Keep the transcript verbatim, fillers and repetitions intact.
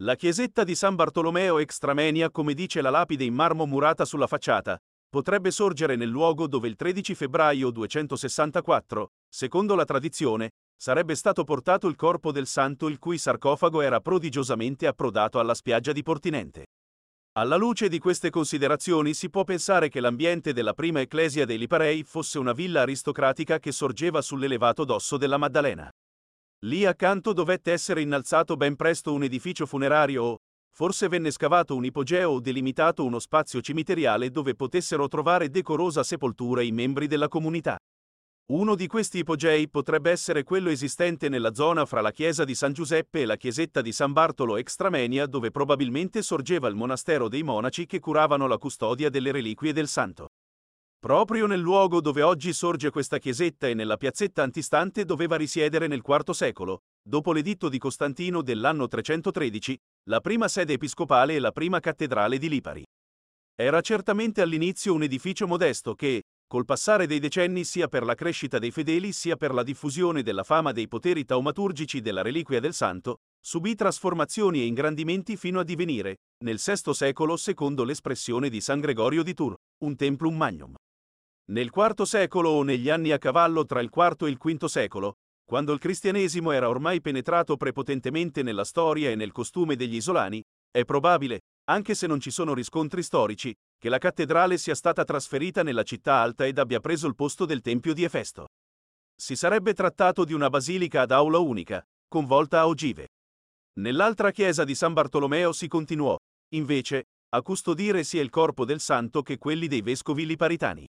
La chiesetta di San Bartolomeo Extramenia, come dice la lapide in marmo murata sulla facciata, potrebbe sorgere nel luogo dove il tredici febbraio duecentosessantaquattro, secondo la tradizione, sarebbe stato portato il corpo del santo il cui sarcofago era prodigiosamente approdato alla spiaggia di Portinente. Alla luce di queste considerazioni si può pensare che l'ambiente della prima ecclesia dei Liparei fosse una villa aristocratica che sorgeva sull'elevato dosso della Maddalena. Lì accanto dovette essere innalzato ben presto un edificio funerario o, forse venne scavato un ipogeo o delimitato uno spazio cimiteriale dove potessero trovare decorosa sepoltura i membri della comunità. Uno di questi ipogei potrebbe essere quello esistente nella zona fra la chiesa di San Giuseppe e la chiesetta di San Bartolo Extramenia, dove probabilmente sorgeva il monastero dei monaci che curavano la custodia delle reliquie del santo. Proprio nel luogo dove oggi sorge questa chiesetta e nella piazzetta antistante doveva risiedere nel quarto secolo, dopo l'editto di Costantino dell'anno trecentotredici, la prima sede episcopale e la prima cattedrale di Lipari. Era certamente all'inizio un edificio modesto che, col passare dei decenni sia per la crescita dei fedeli sia per la diffusione della fama dei poteri taumaturgici della reliquia del santo, subì trasformazioni e ingrandimenti fino a divenire, nel sesto secolo secondo l'espressione di San Gregorio di Tours, un templum magnum. Nel quarto secolo o negli anni a cavallo tra il quarto e il quinto secolo, quando il cristianesimo era ormai penetrato prepotentemente nella storia e nel costume degli isolani, è probabile, anche se non ci sono riscontri storici, che la cattedrale sia stata trasferita nella città alta ed abbia preso il posto del tempio di Efesto. Si sarebbe trattato di una basilica ad aula unica, con volta a ogive. Nell'altra chiesa di San Bartolomeo si continuò, invece, a custodire sia il corpo del santo che quelli dei vescovi liparitani.